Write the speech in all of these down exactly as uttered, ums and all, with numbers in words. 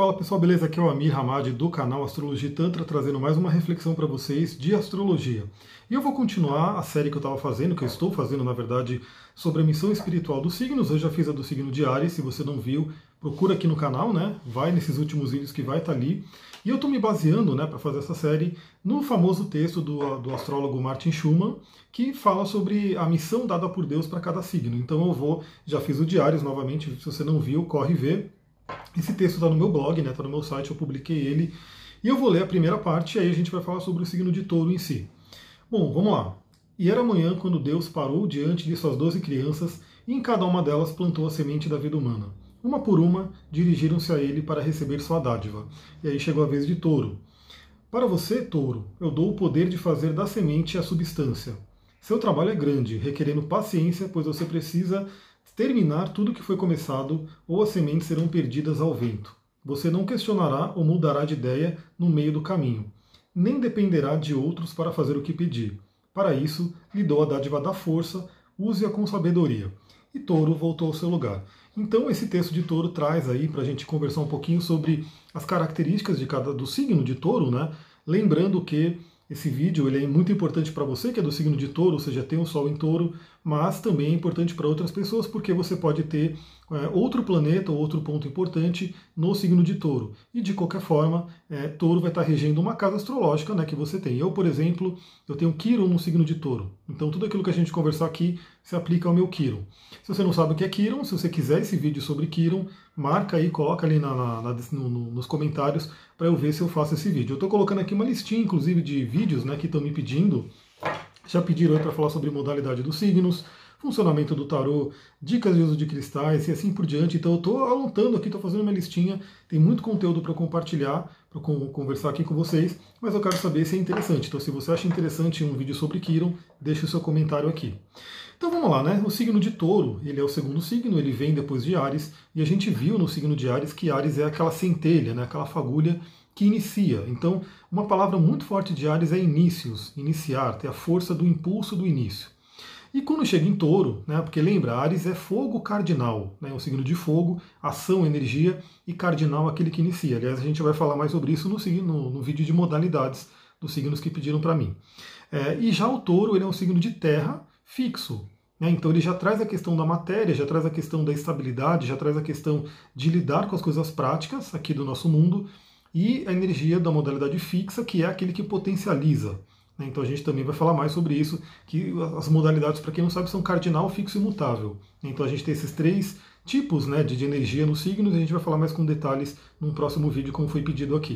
Fala pessoal, beleza? Aqui é o Amir Hamad do canal Astrologia e Tantra, trazendo mais uma reflexão para vocês de astrologia. E eu vou continuar a série que eu estava fazendo, que eu estou fazendo na verdade, sobre a missão espiritual dos signos. Eu já fiz a do signo de Áries, se você não viu, procura aqui no canal, né? Vai nesses últimos vídeos que vai estar ali. E eu estou me baseando, né, para fazer essa série no famoso texto do, do astrólogo Martin Schumann, que fala sobre a missão dada por Deus para cada signo. Então eu vou, já fiz o de Áries novamente, se você não viu, corre ver. Esse texto está no meu blog, né, está no meu site, eu publiquei ele. E eu vou ler a primeira parte, e aí a gente vai falar sobre o signo de Touro em si. Bom, vamos lá. E era manhã quando Deus parou diante de suas doze crianças, e em cada uma delas plantou a semente da vida humana. Uma por uma, dirigiram-se a ele para receber sua dádiva. E aí chegou a vez de Touro. Para você, Touro, eu dou o poder de fazer da semente a substância. Seu trabalho é grande, requerendo paciência, pois você precisa terminar tudo que foi começado, ou as sementes serão perdidas ao vento. Você não questionará ou mudará de ideia no meio do caminho, nem dependerá de outros para fazer o que pedir. Para isso, lhe dou a dádiva da força, use-a com sabedoria. E Touro voltou ao seu lugar. Então esse texto de Touro traz aí para a gente conversar um pouquinho sobre as características de cada do signo de Touro, né? Lembrando que esse vídeo ele é muito importante para você que é do signo de Touro, ou seja, tem o Sol em Touro, mas também é importante para outras pessoas porque você pode ter é, outro planeta ou outro ponto importante no signo de Touro. E de qualquer forma, é, Touro vai estar regendo uma casa astrológica, né, que você tem. Eu, por exemplo, eu tenho Quiron no signo de Touro. Então tudo aquilo que a gente conversar aqui se aplica ao meu Quiron. Se você não sabe o que é Quiron, se você quiser esse vídeo sobre Quiron, marca aí, coloca ali na, na, na, no, no, nos comentários para eu ver se eu faço esse vídeo. Eu estou colocando aqui uma listinha, inclusive, de vídeos, né, que estão me pedindo. Já pediram aí para falar sobre modalidade dos signos, funcionamento do tarô, dicas de uso de cristais e assim por diante. Então eu estou anotando aqui, estou fazendo uma listinha, tem muito conteúdo para compartilhar, para conversar aqui com vocês, mas eu quero saber se é interessante. Então se você acha interessante um vídeo sobre Quiron, deixe o seu comentário aqui. Então vamos lá, né? O signo de Touro, ele é o segundo signo, ele vem depois de Áries, e a gente viu no signo de Áries que Áries é aquela centelha, né? Aquela fagulha que inicia. Então, uma palavra muito forte de Áries é inícios, iniciar, ter a força do impulso do início. E quando chega em Touro, né, porque lembra, Áries é fogo cardinal, né, o signo de fogo, ação, energia, e cardinal aquele que inicia. Aliás, a gente vai falar mais sobre isso no, no, no vídeo de modalidades dos signos que pediram para mim. É, e já o Touro, ele é um signo de terra fixo. Né, então ele já traz a questão da matéria, já traz a questão da estabilidade, já traz a questão de lidar com as coisas práticas aqui do nosso mundo, e a energia da modalidade fixa, que é aquele que potencializa. Então a gente também vai falar mais sobre isso, que as modalidades, para quem não sabe, são cardinal, fixo e imutável. Então a gente tem esses três tipos, né, de, de energia nos signos, e a gente vai falar mais com detalhes num próximo vídeo, como foi pedido aqui.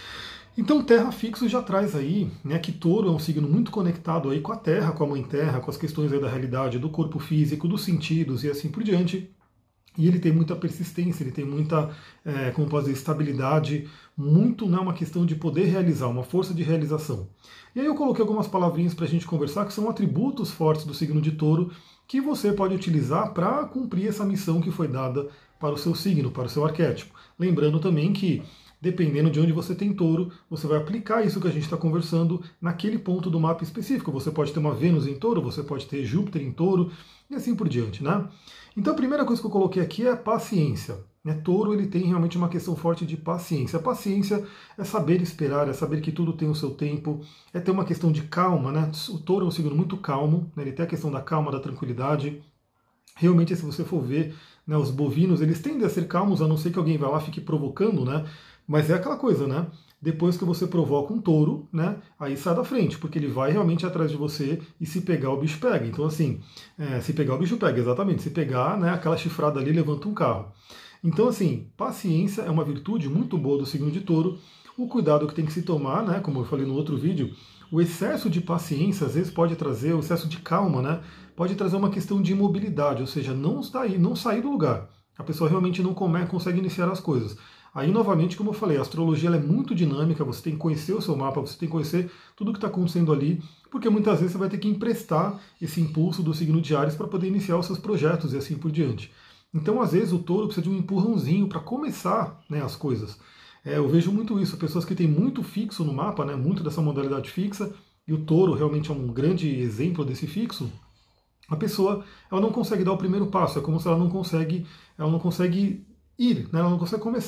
Então Terra fixo já traz aí, né, que Touro é um signo muito conectado aí com a Terra, com a Mãe Terra, com as questões aí da realidade, do corpo físico, dos sentidos e assim por diante. E ele tem muita persistência, ele tem muita, é, como posso dizer, estabilidade, muito, né, uma questão de poder realizar, uma força de realização. E aí eu coloquei algumas palavrinhas para a gente conversar, que são atributos fortes do signo de Touro, que você pode utilizar para cumprir essa missão que foi dada para o seu signo, para o seu arquétipo. Lembrando também que, dependendo de onde você tem Touro, você vai aplicar isso que a gente está conversando naquele ponto do mapa específico. Você pode ter uma Vênus em Touro, você pode ter Júpiter em Touro, e assim por diante, né? Então a primeira coisa que eu coloquei aqui é a paciência. Né? Touro ele tem realmente uma questão forte de paciência. A paciência é saber esperar, é saber que tudo tem o seu tempo, é ter uma questão de calma. Né? O Touro é um signo muito calmo, né? Ele tem a questão da calma, da tranquilidade. Realmente, se você for ver, né, os bovinos, eles tendem a ser calmos, a não ser que alguém vá lá e fique provocando, né? Mas é aquela coisa, né? Depois que você provoca um touro, né, aí sai da frente, porque ele vai realmente atrás de você e se pegar o bicho pega. Então assim, é, se pegar o bicho pega, exatamente. Se pegar, né, aquela chifrada ali levanta um carro. Então assim, paciência é uma virtude muito boa do signo de Touro. O cuidado que tem que se tomar, né, como eu falei no outro vídeo, o excesso de paciência às vezes pode trazer, o excesso de calma, né, pode trazer uma questão de imobilidade, ou seja, não sair, não sair do lugar. A pessoa realmente não come, consegue iniciar as coisas. Aí, novamente, como eu falei, a astrologia ela é muito dinâmica, você tem que conhecer o seu mapa, você tem que conhecer tudo o que está acontecendo ali, porque muitas vezes você vai ter que emprestar esse impulso do signo de Áries para poder iniciar os seus projetos e assim por diante. Então, às vezes, o Touro precisa de um empurrãozinho para começar, né, as coisas. É, eu vejo muito isso, pessoas que têm muito fixo no mapa, né, muito dessa modalidade fixa, e o Touro realmente é um grande exemplo desse fixo. A pessoa ela não consegue dar o primeiro passo, é como se ela não consegue, ela não consegue ir, né? Ela não consegue começar.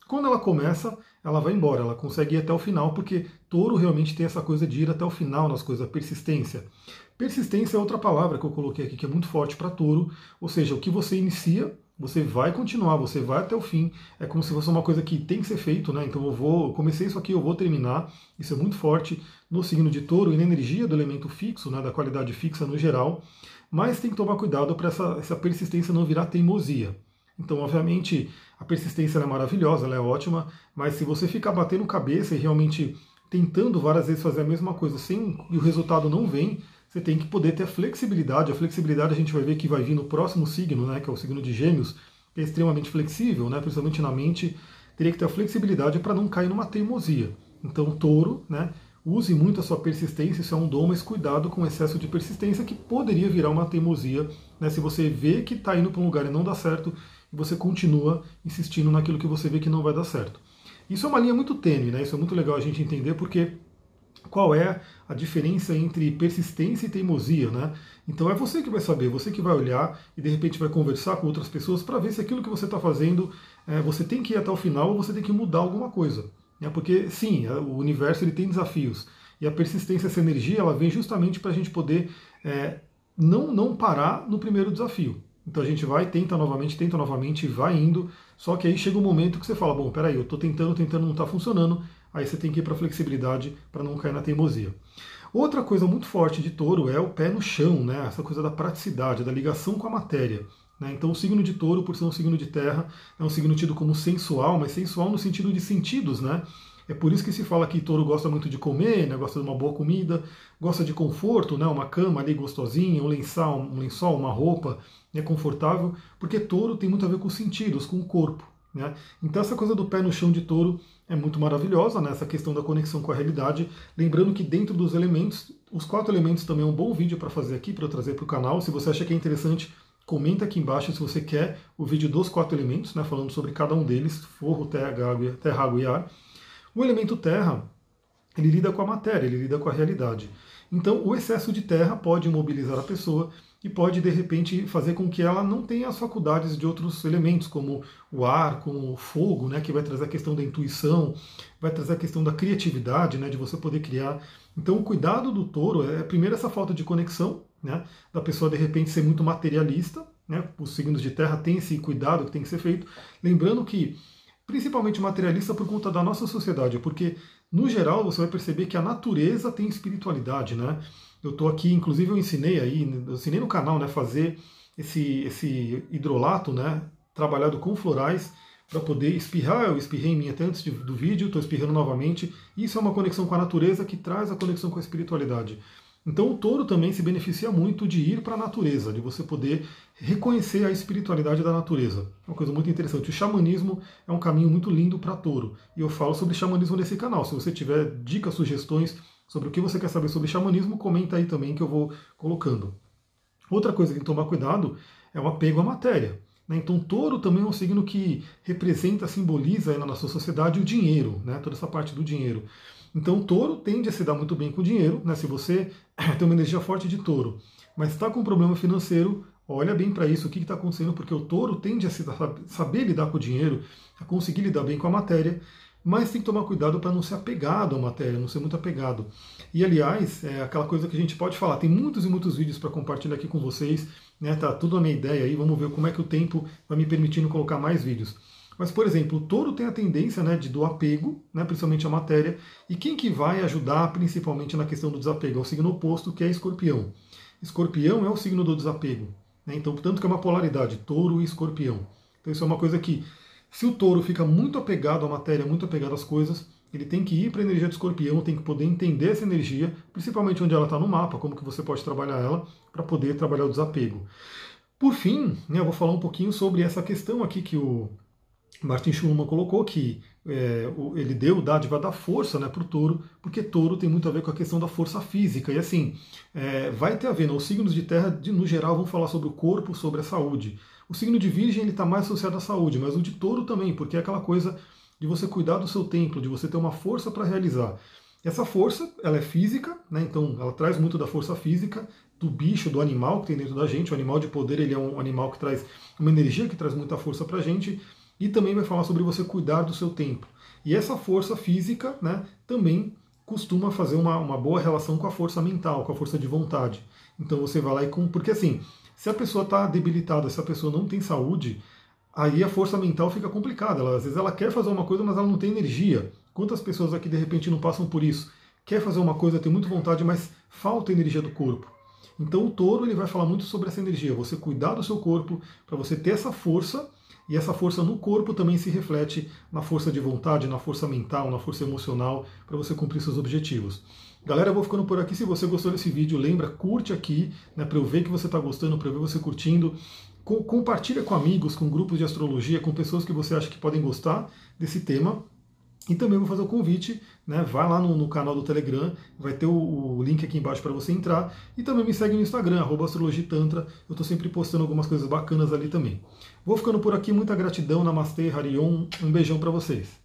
Quando ela começa, ela vai embora, ela consegue ir até o final, porque touro realmente tem essa coisa de ir até o final nas coisas, a persistência. Persistência é outra palavra que eu coloquei aqui que é muito forte para touro, ou seja, o que você inicia, você vai continuar, você vai até o fim. É como se fosse uma coisa que tem que ser feito, né? Então eu vou, eu comecei isso aqui, eu vou terminar. Isso é muito forte no signo de touro e na energia do elemento fixo, né? Da qualidade fixa no geral. Mas tem que tomar cuidado para essa, essa persistência não virar teimosia. Então, obviamente, a persistência é maravilhosa, ela é ótima, mas se você ficar batendo cabeça e realmente tentando várias vezes fazer a mesma coisa sem e o resultado não vem, você tem que poder ter a flexibilidade. A flexibilidade a gente vai ver que vai vir no próximo signo, né, que é o signo de Gêmeos, que é extremamente flexível, né, principalmente na mente, teria que ter a flexibilidade para não cair numa teimosia. Então, Touro, né, use muito a sua persistência, isso é um dom, mas cuidado com o excesso de persistência que poderia virar uma teimosia, né, se você vê que está indo para um lugar e não dá certo, e você continua insistindo naquilo que você vê que não vai dar certo. Isso é uma linha muito tênue, né, isso é muito legal a gente entender, porque qual é a diferença entre persistência e teimosia, né? Então é você que vai saber, você que vai olhar e de repente vai conversar com outras pessoas para ver se aquilo que você está fazendo, é, você tem que ir até o final ou você tem que mudar alguma coisa. Né? Porque sim, o universo ele tem desafios e a persistência, essa energia, ela vem justamente para a gente poder é, não, não parar no primeiro desafio. Então a gente vai, tenta novamente, tenta novamente, vai indo, só que aí chega um momento que você fala, bom, peraí, eu estou tentando, tentando, não está funcionando, aí você tem que ir para a flexibilidade para não cair na teimosia. Outra coisa muito forte de touro é o pé no chão, né? Essa coisa da praticidade, da ligação com a matéria. Né? Então o signo de touro, por ser um signo de terra, é um signo tido como sensual, mas sensual no sentido de sentidos, né? É por isso que se fala que touro gosta muito de comer, né? Gosta de uma boa comida, gosta de conforto, né? Uma cama ali gostosinha, um lençol, um lençol, uma roupa, né? Confortável, porque touro tem muito a ver com os sentidos, com o corpo. Né? Então essa coisa do pé no chão de touro é muito maravilhosa, né? Essa questão da conexão com a realidade. Lembrando que dentro dos elementos, os quatro elementos também é um bom vídeo para fazer aqui, para eu trazer para o canal. Se você acha que é interessante, comenta aqui embaixo se você quer o vídeo dos quatro elementos, né? Falando sobre cada um deles, fogo, terra, água, terra, água e ar. O elemento terra, ele lida com a matéria, ele lida com a realidade. Então o excesso de terra pode imobilizar a pessoa e pode, de repente, fazer com que ela não tenha as faculdades de outros elementos, como o ar, como o fogo, né, que vai trazer a questão da intuição, vai trazer a questão da criatividade, né, de você poder criar. Então, o cuidado do touro é, primeiro, essa falta de conexão, né, da pessoa, de repente, ser muito materialista. Né, os signos de terra têm esse cuidado que tem que ser feito. Lembrando que, principalmente materialista por conta da nossa sociedade, porque, no geral, você vai perceber que a natureza tem espiritualidade, né? Eu estou aqui, inclusive eu ensinei aí, eu ensinei no canal, né, fazer esse, esse hidrolato, né, trabalhado com florais, para poder espirrar. Eu espirrei em mim até antes de, do vídeo, estou espirrando novamente. Isso é uma conexão com a natureza que traz a conexão com a espiritualidade. Então o touro também se beneficia muito de ir para a natureza, de você poder reconhecer a espiritualidade da natureza. É uma coisa muito interessante. O xamanismo é um caminho muito lindo para touro. E eu falo sobre xamanismo nesse canal. Se você tiver dicas, sugestões sobre o que você quer saber sobre xamanismo, comenta aí também que eu vou colocando. Outra coisa que tem que tomar cuidado é o apego à matéria. Né? Então touro também é um signo que representa, simboliza aí na nossa sociedade o dinheiro, né? Toda essa parte do dinheiro. Então touro tende a se dar muito bem com o dinheiro, né? Se você tem uma energia forte de touro, mas está com um problema financeiro, olha bem para isso, o que está acontecendo, porque o touro tende a se dar, saber lidar com o dinheiro, a conseguir lidar bem com a matéria, mas tem que tomar cuidado para não ser apegado à matéria, não ser muito apegado. E aliás, é aquela coisa que a gente pode falar, tem muitos e muitos vídeos para compartilhar aqui com vocês, né? Tá tudo a minha ideia aí, vamos ver como é que o tempo vai me permitindo colocar mais vídeos. Mas, por exemplo, o touro tem a tendência, né, de, do apego, né, principalmente à matéria, e quem que vai ajudar principalmente na questão do desapego? É o signo oposto, que é escorpião. Escorpião é o signo do desapego. Né? Então, portanto, que é uma polaridade, touro e escorpião. Então isso é uma coisa que, se o touro fica muito apegado à matéria, muito apegado às coisas, ele tem que ir para a energia de escorpião, tem que poder entender essa energia, principalmente onde ela está no mapa, como que você pode trabalhar ela, para poder trabalhar o desapego. Por fim, né, eu vou falar um pouquinho sobre essa questão aqui que o Martin Schulman colocou, que é, ele deu dádiva da força, né, para o touro, porque touro tem muito a ver com a questão da força física. E assim, é, vai ter a ver, né, os signos de terra, de, no geral, vão falar sobre o corpo, sobre a saúde. O signo de virgem está mais associado à saúde, mas o de touro também, porque é aquela coisa de você cuidar do seu templo, de você ter uma força para realizar. Essa força, ela é física, né, então ela traz muito da força física, do bicho, do animal que tem dentro da gente. O animal de poder, ele é um animal que traz uma energia que traz muita força para a gente. e também vai falar sobre você cuidar do seu tempo. E essa força física, né, também costuma fazer uma, uma boa relação com a força mental, com a força de vontade. Então você vai lá e... Com... Porque assim, se a pessoa está debilitada, se a pessoa não tem saúde, aí a força mental fica complicada. Ela, às vezes ela quer fazer uma coisa, mas ela não tem energia. Quantas pessoas aqui de repente não passam por isso? Quer fazer uma coisa, tem muita vontade, mas falta energia do corpo. Então o touro ele vai falar muito sobre essa energia, você cuidar do seu corpo para você ter essa força, e essa força no corpo também se reflete na força de vontade, na força mental, na força emocional, para você cumprir seus objetivos. Galera, eu vou ficando por aqui. Se você gostou desse vídeo, lembra, curte aqui, né, para eu ver que você está gostando, para eu ver você curtindo. Com, compartilha com amigos, com grupos de astrologia, com pessoas que você acha que podem gostar desse tema. E também vou fazer o convite, né? Vai lá no, no canal do Telegram, vai ter o, o link aqui embaixo para você entrar. E também me segue no Instagram, arroba astrologitantra. Eu estou sempre postando algumas coisas bacanas ali também. Vou ficando por aqui, muita gratidão, Namastê, Harion, um beijão para vocês.